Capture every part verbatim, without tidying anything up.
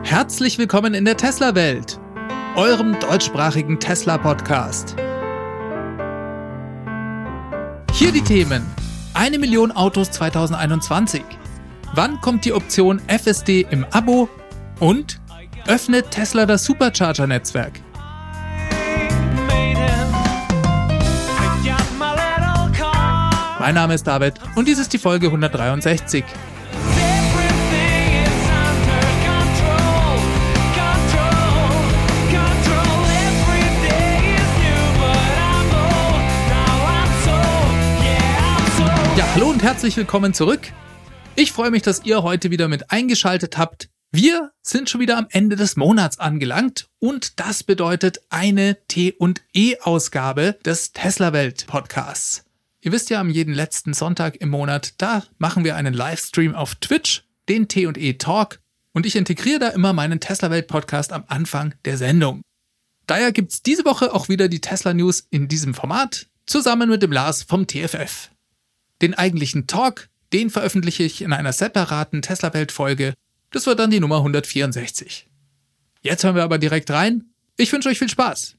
Herzlich willkommen in der Tesla-Welt, eurem deutschsprachigen Tesla-Podcast. Hier die Themen: Eine Million Autos zwanzig einundzwanzig. Wann kommt die Option F S D im Abo? Und öffnet Tesla das Supercharger-Netzwerk? Mein Name ist David und dies ist die Folge hundertdreiundsechzig. Ja, hallo und herzlich willkommen zurück. Ich freue mich, dass ihr heute wieder mit eingeschaltet habt. Wir sind schon wieder am Ende des Monats angelangt und das bedeutet eine T und E-Ausgabe des Tesla-Welt-Podcasts. Ihr wisst ja, am jeden letzten Sonntag im Monat, da machen wir einen Livestream auf Twitch, den T und E-Talk, und ich integriere da immer meinen Tesla-Welt-Podcast am Anfang der Sendung. Daher gibt's diese Woche auch wieder die Tesla-News in diesem Format, zusammen mit dem Lars vom T F F. Den eigentlichen Talk, den veröffentliche ich in einer separaten Tesla-Welt-Folge. Das wird dann die Nummer hundertvierundsechzig. Jetzt hören wir aber direkt rein. Ich wünsche euch viel Spaß.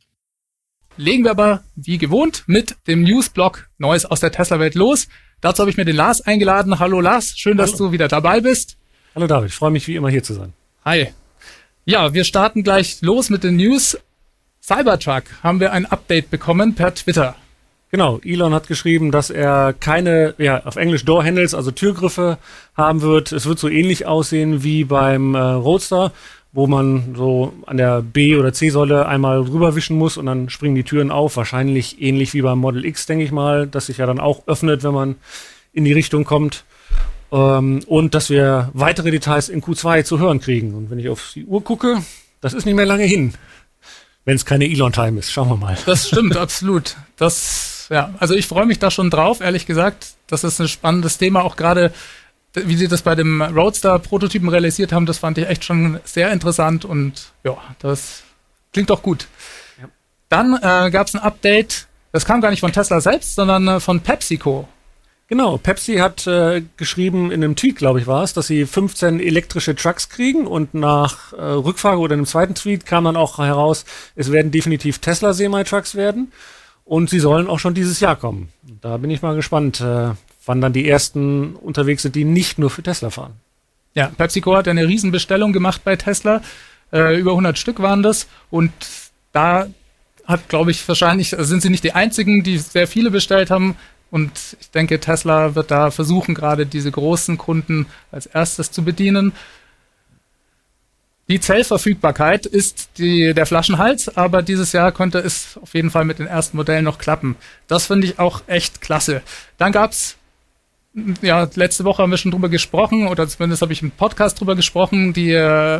Legen wir aber, wie gewohnt, mit dem Newsblog Neues aus der Tesla-Welt los. Dazu habe ich mir den Lars eingeladen. Hallo Lars, schön, dass Hallo. du wieder dabei bist. Hallo David, ich freue mich wie immer hier zu sein. Hi. Ja, wir starten gleich los mit den News. Cybertruck haben wir ein Update bekommen per Twitter. Genau, Elon hat geschrieben, dass er keine, ja, auf Englisch Door Handles, also Türgriffe haben wird. Es wird so ähnlich aussehen wie beim äh, Roadster, wo man so an der B- oder C-Säule einmal rüberwischen muss und dann springen die Türen auf. Wahrscheinlich ähnlich wie beim Model X, denke ich mal, das sich ja dann auch öffnet, wenn man in die Richtung kommt. Ähm, und dass wir weitere Details in Q zwei zu hören kriegen. Und wenn ich auf die Uhr gucke, das ist nicht mehr lange hin. Wenn es keine Elon-Time ist, schauen wir mal. Das stimmt, absolut. Das Ja, also ich freue mich da schon drauf, ehrlich gesagt. Das ist ein spannendes Thema, auch gerade, wie sie das bei dem Roadster-Prototypen realisiert haben, das fand ich echt schon sehr interessant und ja, das klingt doch gut. Ja. Dann äh, gab es ein Update, das kam gar nicht von Tesla selbst, sondern äh, von PepsiCo. Genau, Pepsi hat äh, geschrieben, in einem Tweet, glaube ich, war es, dass sie fünfzehn elektrische Trucks kriegen und nach äh, Rückfrage oder in einem zweiten Tweet kam dann auch heraus, es werden definitiv Tesla-Semi-Trucks werden. Und sie sollen auch schon dieses Jahr kommen. Da bin ich mal gespannt, äh, wann dann die ersten unterwegs sind, die nicht nur für Tesla fahren. Ja, PepsiCo hat eine Riesenbestellung gemacht bei Tesla. Äh, über hundert Stück waren das. Und da hat, glaube ich, wahrscheinlich, also sind sie nicht die einzigen, die sehr viele bestellt haben. Und ich denke, Tesla wird da versuchen, gerade diese großen Kunden als erstes zu bedienen. Die Zellverfügbarkeit ist die, der Flaschenhals, aber dieses Jahr könnte es auf jeden Fall mit den ersten Modellen noch klappen. Das finde ich auch echt klasse. Dann gab's, ja, letzte Woche haben wir schon drüber gesprochen, oder zumindest habe ich im Podcast drüber gesprochen, die äh,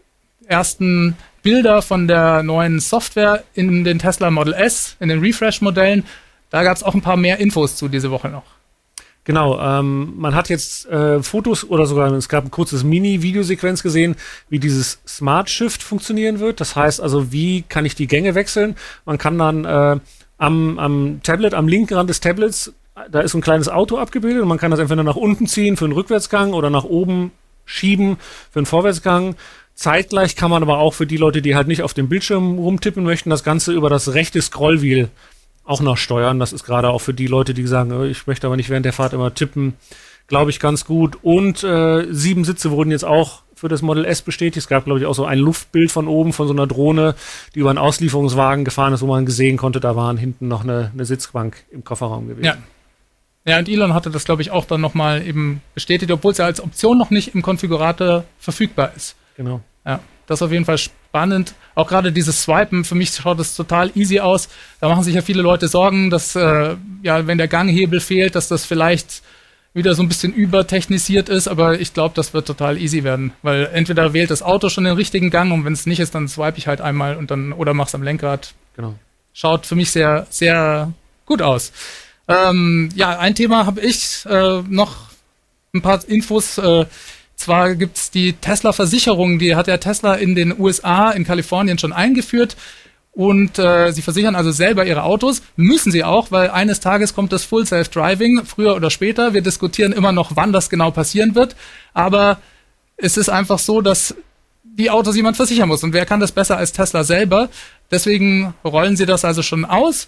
ersten Bilder von der neuen Software in den Tesla Model S, in den Refresh-Modellen. Da gab's auch ein paar mehr Infos zu diese Woche noch. Genau, ähm, man hat jetzt äh, Fotos oder sogar, es gab ein kurzes Mini-Videosequenz gesehen, wie dieses Smart Shift funktionieren wird. Das heißt also, wie kann ich die Gänge wechseln? Man kann dann äh, am, am Tablet, am linken Rand des Tablets, da ist so ein kleines Auto abgebildet und man kann das entweder nach unten ziehen für einen Rückwärtsgang oder nach oben schieben für einen Vorwärtsgang. Zeitgleich kann man aber auch für die Leute, die halt nicht auf dem Bildschirm rumtippen möchten, das Ganze über das rechte Scrollwheel auch noch steuern. Das ist gerade auch für die Leute, die sagen, ich möchte aber nicht während der Fahrt immer tippen, glaube ich, ganz gut. Und äh, sieben Sitze wurden jetzt auch für das Model S bestätigt. Es gab, glaube ich, auch so ein Luftbild von oben von so einer Drohne, die über einen Auslieferungswagen gefahren ist, wo man gesehen konnte, da waren hinten noch eine, eine Sitzbank im Kofferraum gewesen. Ja. Ja, und Elon hatte das, glaube ich, auch dann nochmal eben bestätigt, obwohl es ja als Option noch nicht im Konfigurator verfügbar ist. Genau. Ja, das ist auf jeden Fall spannend. Auch gerade dieses Swipen, für mich schaut das total easy aus. Da machen sich ja viele Leute Sorgen, dass, äh, ja, wenn der Ganghebel fehlt, dass das vielleicht wieder so ein bisschen übertechnisiert ist, aber ich glaube, das wird total easy werden, weil entweder wählt das Auto schon den richtigen Gang und wenn es nicht ist, dann swipe ich halt einmal und dann, oder mach's am Lenkrad. Genau. Schaut für mich sehr, sehr gut aus. Ähm, ja, ein Thema habe ich äh, noch, ein paar Infos. Äh, zwar gibt's die Tesla-Versicherung, die hat ja Tesla in den U S A, in Kalifornien schon eingeführt. Und äh, sie versichern also selber ihre Autos, müssen sie auch, weil eines Tages kommt das Full Self-Driving, früher oder später. Wir diskutieren immer noch, wann das genau passieren wird. Aber es ist einfach so, dass die Autos, die man versichern muss. Und wer kann das besser als Tesla selber? Deswegen rollen sie das also schon aus.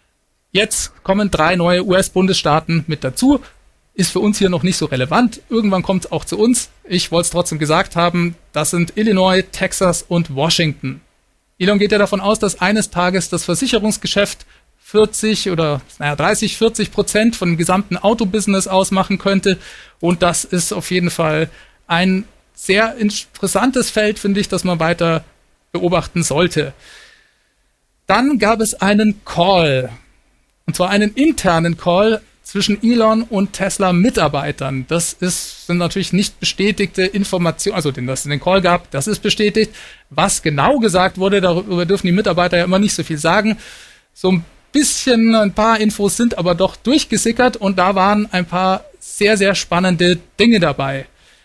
Jetzt kommen drei neue U S-Bundesstaaten mit dazu. Ist für uns hier noch nicht so relevant. Irgendwann kommt es auch zu uns. Ich wollte es trotzdem gesagt haben. Das sind Illinois, Texas und Washington. Elon geht ja davon aus, dass eines Tages das Versicherungsgeschäft vierzig oder naja, dreißig, vierzig Prozent von dem gesamten Autobusiness ausmachen könnte. Und das ist auf jeden Fall ein sehr interessantes Feld, finde ich, das man weiter beobachten sollte. Dann gab es einen Call. Und zwar einen internen Call zwischen Elon und Tesla-Mitarbeitern. Das ist, sind natürlich nicht bestätigte Informationen, also den, dass es den Call gab, das ist bestätigt. Was genau gesagt wurde, darüber dürfen die Mitarbeiter ja immer nicht so viel sagen. So ein bisschen, ein paar Infos sind aber doch durchgesickert und da waren ein paar sehr, sehr spannende Dinge dabei.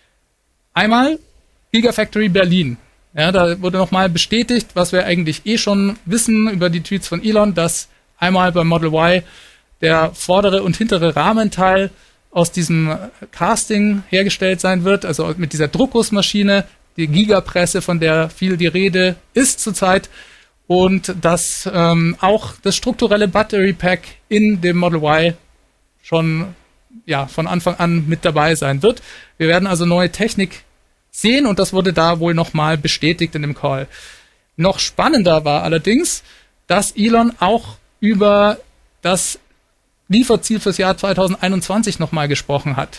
Einmal Gigafactory Berlin. Ja, da wurde nochmal bestätigt, was wir eigentlich eh schon wissen über die Tweets von Elon, dass einmal beim Model Y der vordere und hintere Rahmenteil aus diesem Casting hergestellt sein wird, also mit dieser Druckgussmaschine, die Gigapresse, von der viel die Rede ist zurzeit, und dass ähm, auch das strukturelle Battery Pack in dem Model Y schon ja von Anfang an mit dabei sein wird. Wir werden also neue Technik sehen und das wurde da wohl nochmal bestätigt in dem Call. Noch spannender war allerdings, dass Elon auch über das Lieferziel fürs Jahr zwanzig einundzwanzig nochmal gesprochen hat.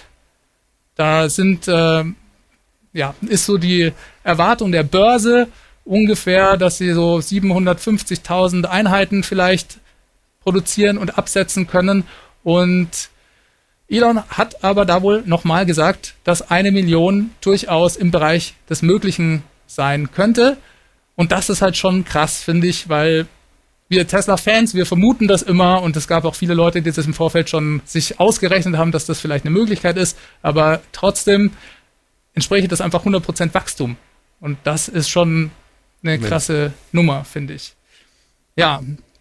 Da sind, äh, ja, ist so die Erwartung der Börse ungefähr, dass sie so siebenhundertfünfzigtausend Einheiten vielleicht produzieren und absetzen können. Und Elon hat aber da wohl nochmal gesagt, dass eine Million durchaus im Bereich des Möglichen sein könnte. Und das ist halt schon krass, finde ich, weil wir Tesla-Fans, wir vermuten das immer und es gab auch viele Leute, die das im Vorfeld schon sich ausgerechnet haben, dass das vielleicht eine Möglichkeit ist, aber trotzdem entspricht das einfach hundert Prozent Wachstum und das ist schon eine krasse Nummer, finde ich. Ja,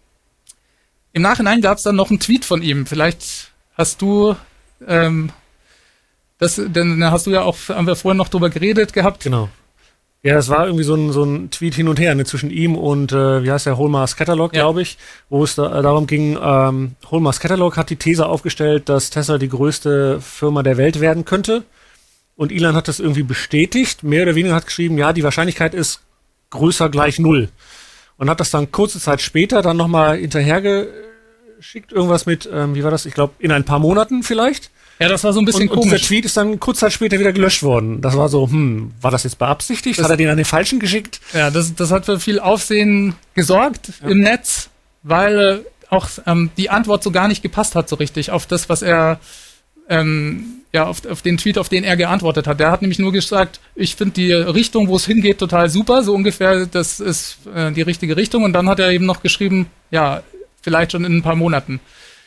im Nachhinein gab es dann noch einen Tweet von ihm, vielleicht hast du ähm, das, denn da hast du ja auch, haben wir vorhin noch drüber geredet gehabt. Genau. Ja, das war irgendwie so ein, so ein Tweet hin und her, ne, zwischen ihm und, äh, wie heißt der, Hallmark Catalog, ja. glaube ich, wo es da, äh, darum ging, ähm, Hallmark Catalog hat die These aufgestellt, dass Tesla die größte Firma der Welt werden könnte. Und Elon hat das irgendwie bestätigt, mehr oder weniger hat geschrieben, ja, die Wahrscheinlichkeit ist größer gleich null. Und hat das dann kurze Zeit später dann nochmal hinterhergeschickt, irgendwas mit, ähm, wie war das, ich glaube, in ein paar Monaten vielleicht. Ja, das war so ein bisschen und, komisch. Und der Tweet ist dann kurz Zeit später wieder gelöscht worden. Das war so, hm, war das jetzt beabsichtigt? Das hat er den an den Falschen geschickt? Ja, das, das hat für viel Aufsehen gesorgt ja. im Netz, weil äh, auch ähm, die Antwort so gar nicht gepasst hat so richtig auf das, was er, ähm, ja, auf, auf den Tweet, auf den er geantwortet hat. Der hat nämlich nur gesagt, ich finde die Richtung, wo es hingeht, total super, so ungefähr, das ist äh, die richtige Richtung. Und dann hat er eben noch geschrieben, ja, vielleicht schon in ein paar Monaten.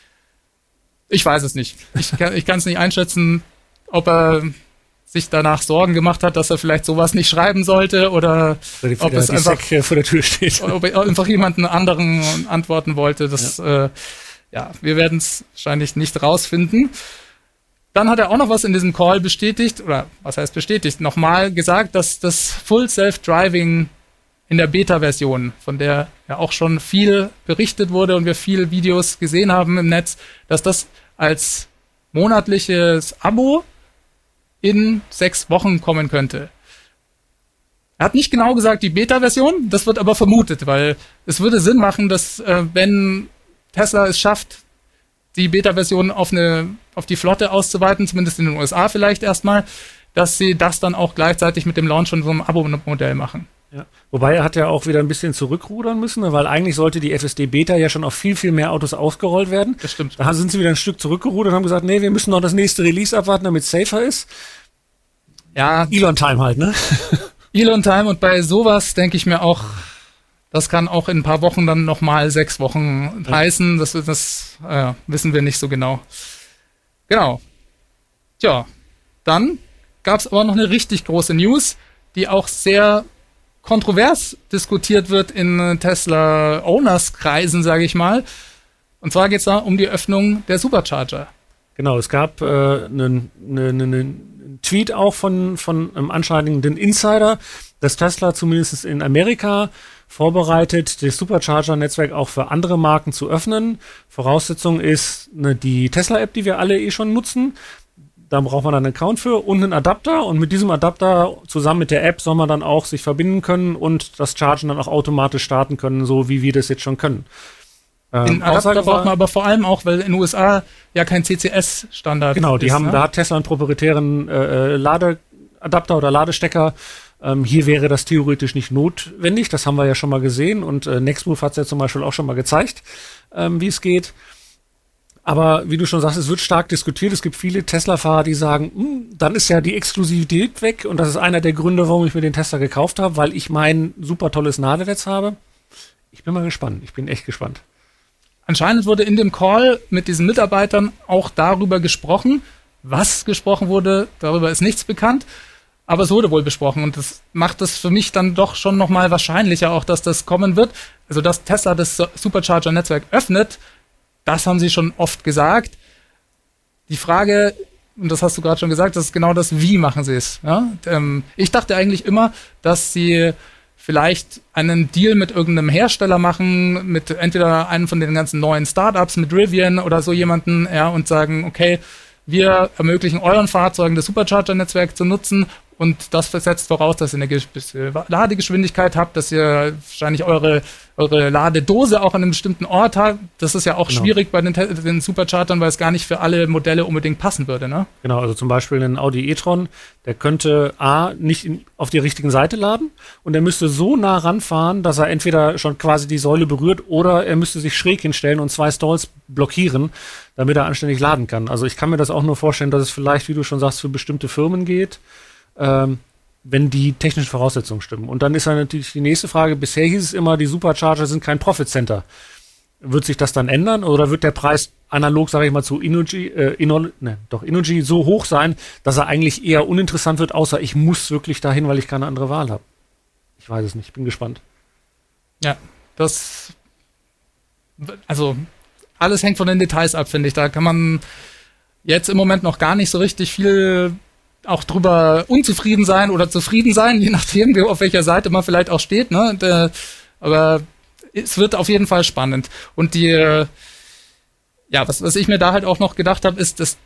Ich weiß es nicht. Ich kann ich kann es nicht einschätzen, ob er sich danach Sorgen gemacht hat, dass er vielleicht sowas nicht schreiben sollte oder die, ob es einfach vor der Tür steht. Ob er einfach jemanden anderen antworten wollte. Das, ja, äh, ja wir werden es wahrscheinlich nicht rausfinden. Dann hat er auch noch was in diesem Call bestätigt, oder was heißt bestätigt, nochmal gesagt, dass das Full Self-Driving in der Beta-Version, von der ja auch schon viel berichtet wurde und wir viele Videos gesehen haben im Netz, dass das als monatliches Abo in sechs Wochen kommen könnte. Er hat nicht genau gesagt, die Beta-Version, das wird aber vermutet, weil es würde Sinn machen, dass äh, wenn Tesla es schafft, die Beta-Version auf eine auf die Flotte auszuweiten, zumindest in den U S A vielleicht erstmal, dass sie das dann auch gleichzeitig mit dem Launch von so einem Abo-Modell machen. Ja. Wobei er hat ja auch wieder ein bisschen zurückrudern müssen, weil eigentlich sollte die F S D Beta ja schon auf viel, viel mehr Autos ausgerollt werden. Das stimmt. Da sind sie wieder ein Stück zurückgerudert und haben gesagt, nee, wir müssen noch das nächste Release abwarten, damit es safer ist. Ja. Elon-Time halt, ne? Elon-Time, und bei sowas denke ich mir auch, das kann auch in ein paar Wochen dann nochmal sechs Wochen ja. heißen. Das, das äh, wissen wir nicht so genau. Genau. Tja, dann gab es aber noch eine richtig große News, die auch sehr kontrovers diskutiert wird in Tesla-Owners-Kreisen, sage ich mal. Und zwar geht es da um die Öffnung der Supercharger. Genau, es gab äh, ne, ne, ne, ein Tweet auch von, von einem anscheinenden Insider, dass Tesla zumindest in Amerika vorbereitet, das Supercharger-Netzwerk auch für andere Marken zu öffnen. Voraussetzung ist ne, die Tesla-App, die wir alle eh schon nutzen. Da braucht man dann einen Account für und einen Adapter. Und mit diesem Adapter zusammen mit der App soll man dann auch sich verbinden können und das Chargen dann auch automatisch starten können, so wie wir das jetzt schon können. Den Adapter braucht man aber vor allem auch, weil in den U S A ja kein C C S-Standard Genau, die ist, haben, ne? da hat Tesla einen proprietären äh, Ladeadapter oder Ladestecker. Ähm, hier wäre das theoretisch nicht notwendig, das haben wir ja schon mal gesehen und äh, Nextmove hat es ja zum Beispiel auch schon mal gezeigt, ähm, wie es geht. Aber wie du schon sagst, es wird stark diskutiert. Es gibt viele Tesla-Fahrer, die sagen, dann ist ja die Exklusivität weg und das ist einer der Gründe, warum ich mir den Tesla gekauft habe, weil ich mein super tolles Ladenetz habe. Ich bin mal gespannt, ich bin echt gespannt. Anscheinend wurde in dem Call mit diesen Mitarbeitern auch darüber gesprochen. Was gesprochen wurde, darüber ist nichts bekannt. Aber es wurde wohl besprochen und das macht es für mich dann doch schon nochmal wahrscheinlicher auch, dass das kommen wird. Also, dass Tesla das Supercharger-Netzwerk öffnet, das haben sie schon oft gesagt. Die Frage, und das hast du gerade schon gesagt, das ist genau das, wie machen sie es. Ja? Ähm, ich dachte eigentlich immer, dass sie vielleicht einen Deal mit irgendeinem Hersteller machen, mit entweder einem von den ganzen neuen Startups, mit Rivian oder so jemanden, ja, und sagen, okay, wir ermöglichen euren Fahrzeugen das Supercharger-Netzwerk zu nutzen und das setzt voraus, dass ihr eine gewisse Ladegeschwindigkeit habt, dass ihr wahrscheinlich eure, eure Ladedose auch an einem bestimmten Ort habt. Das ist ja auch genau. schwierig bei den, den Superchargern, weil es gar nicht für alle Modelle unbedingt passen würde, ne? Genau, also zum Beispiel ein Audi e-tron, der könnte A, nicht in, auf die richtigen Seite laden und er müsste so nah ranfahren, dass er entweder schon quasi die Säule berührt oder er müsste sich schräg hinstellen und zwei Stalls blockieren, damit er anständig laden kann. Also ich kann mir das auch nur vorstellen, dass es vielleicht, wie du schon sagst, für bestimmte Firmen geht, ähm, wenn die technischen Voraussetzungen stimmen. Und dann ist dann natürlich die nächste Frage, bisher hieß es immer, die Supercharger sind kein Profit Center. Wird sich das dann ändern oder wird der Preis analog, sage ich mal, zu Innogy, äh, Inno, ne, doch Innogy so hoch sein, dass er eigentlich eher uninteressant wird, außer ich muss wirklich dahin, weil ich keine andere Wahl habe? Ich weiß es nicht, bin gespannt. Ja, das, also alles hängt von den Details ab, finde ich. Da kann man jetzt im Moment noch gar nicht so richtig viel auch drüber unzufrieden sein oder zufrieden sein, je nachdem, auf welcher Seite man vielleicht auch steht, ne? Und, äh, aber es wird auf jeden Fall spannend. Und die, äh, ja, was, was ich mir da halt auch noch gedacht habe, ist, dass,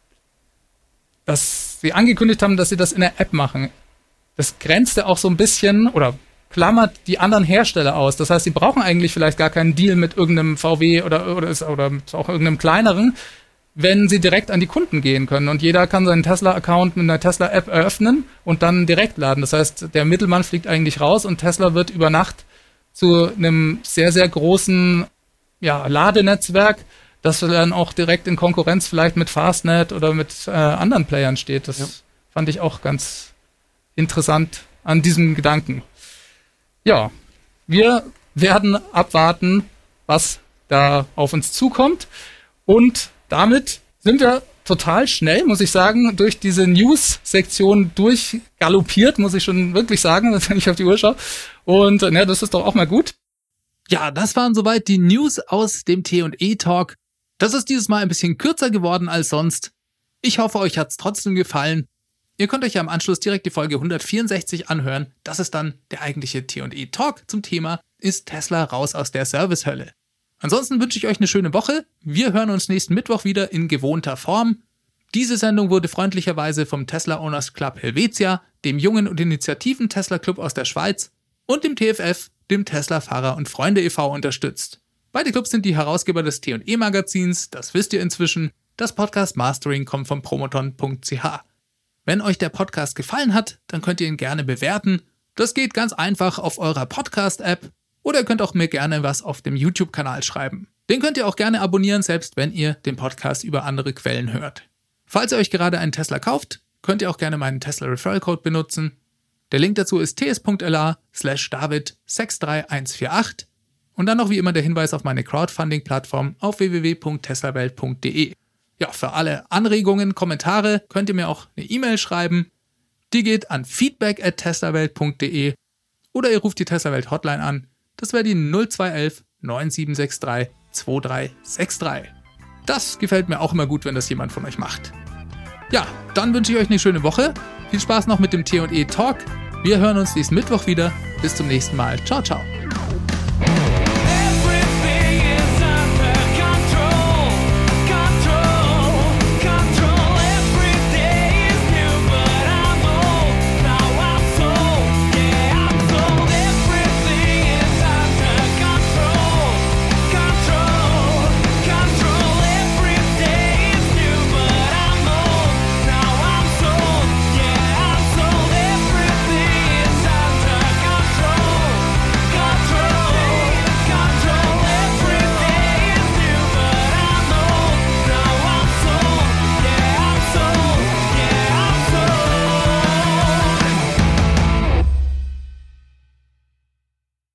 dass sie angekündigt haben, dass sie das in der App machen. Das grenzt ja auch so ein bisschen oder klammert die anderen Hersteller aus. Das heißt, sie brauchen eigentlich vielleicht gar keinen Deal mit irgendeinem V W oder, oder, oder auch irgendeinem kleineren, wenn sie direkt an die Kunden gehen können. Und jeder kann seinen Tesla-Account mit einer Tesla-App eröffnen und dann direkt laden. Das heißt, der Mittelmann fliegt eigentlich raus und Tesla wird über Nacht zu einem sehr, sehr großen ja, Ladenetzwerk, das dann auch direkt in Konkurrenz vielleicht mit Fastnet oder mit äh, anderen Playern steht. Das ja. fand ich auch ganz interessant an diesem Gedanken. Ja, wir werden abwarten, was da auf uns zukommt. Und damit sind wir total schnell, muss ich sagen, durch diese News-Sektion durchgaloppiert, muss ich schon wirklich sagen, wenn ich auf die Uhr schaue. Und ja, das ist doch auch mal gut. Ja, das waren soweit die News aus dem T und E-Talk. Das ist dieses Mal ein bisschen kürzer geworden als sonst. Ich hoffe, euch hat's trotzdem gefallen. Ihr könnt euch ja im Anschluss direkt die Folge hundertvierundsechzig anhören. Das ist dann der eigentliche T und E-Talk zum Thema Ist Tesla raus aus der Servicehölle? Ansonsten wünsche ich euch eine schöne Woche. Wir hören uns nächsten Mittwoch wieder in gewohnter Form. Diese Sendung wurde freundlicherweise vom Tesla Owners Club Helvetia, dem jungen und initiativen Tesla Club aus der Schweiz und dem T F F, dem Tesla Fahrer und Freunde e V unterstützt. Beide Clubs sind die Herausgeber des T und E-Magazins, das wisst ihr inzwischen. Das Podcast Mastering kommt von promoton punkt c h. Wenn euch der Podcast gefallen hat, dann könnt ihr ihn gerne bewerten. Das geht ganz einfach auf eurer Podcast-App. Oder ihr könnt auch mir gerne was auf dem YouTube-Kanal schreiben. Den könnt ihr auch gerne abonnieren, selbst wenn ihr den Podcast über andere Quellen hört. Falls ihr euch gerade einen Tesla kauft, könnt ihr auch gerne meinen Tesla Referral Code benutzen. Der Link dazu ist ts.la slash david sechs drei eins vier acht und dann noch wie immer der Hinweis auf meine Crowdfunding-Plattform auf w w w punkt teslawelt punkt d e. Ja, für alle Anregungen, Kommentare könnt ihr mir auch eine E-Mail schreiben. Die geht an feedback at teslawelt punkt d e oder ihr ruft die Teslawelt Hotline an. Das wäre die null zwei eins eins neun sieben sechs drei zwei drei sechs drei. Das gefällt mir auch immer gut, wenn das jemand von euch macht. Ja, dann wünsche ich euch eine schöne Woche. Viel Spaß noch mit dem T und E Talk. Wir hören uns nächsten Mittwoch wieder. Bis zum nächsten Mal. Ciao, ciao.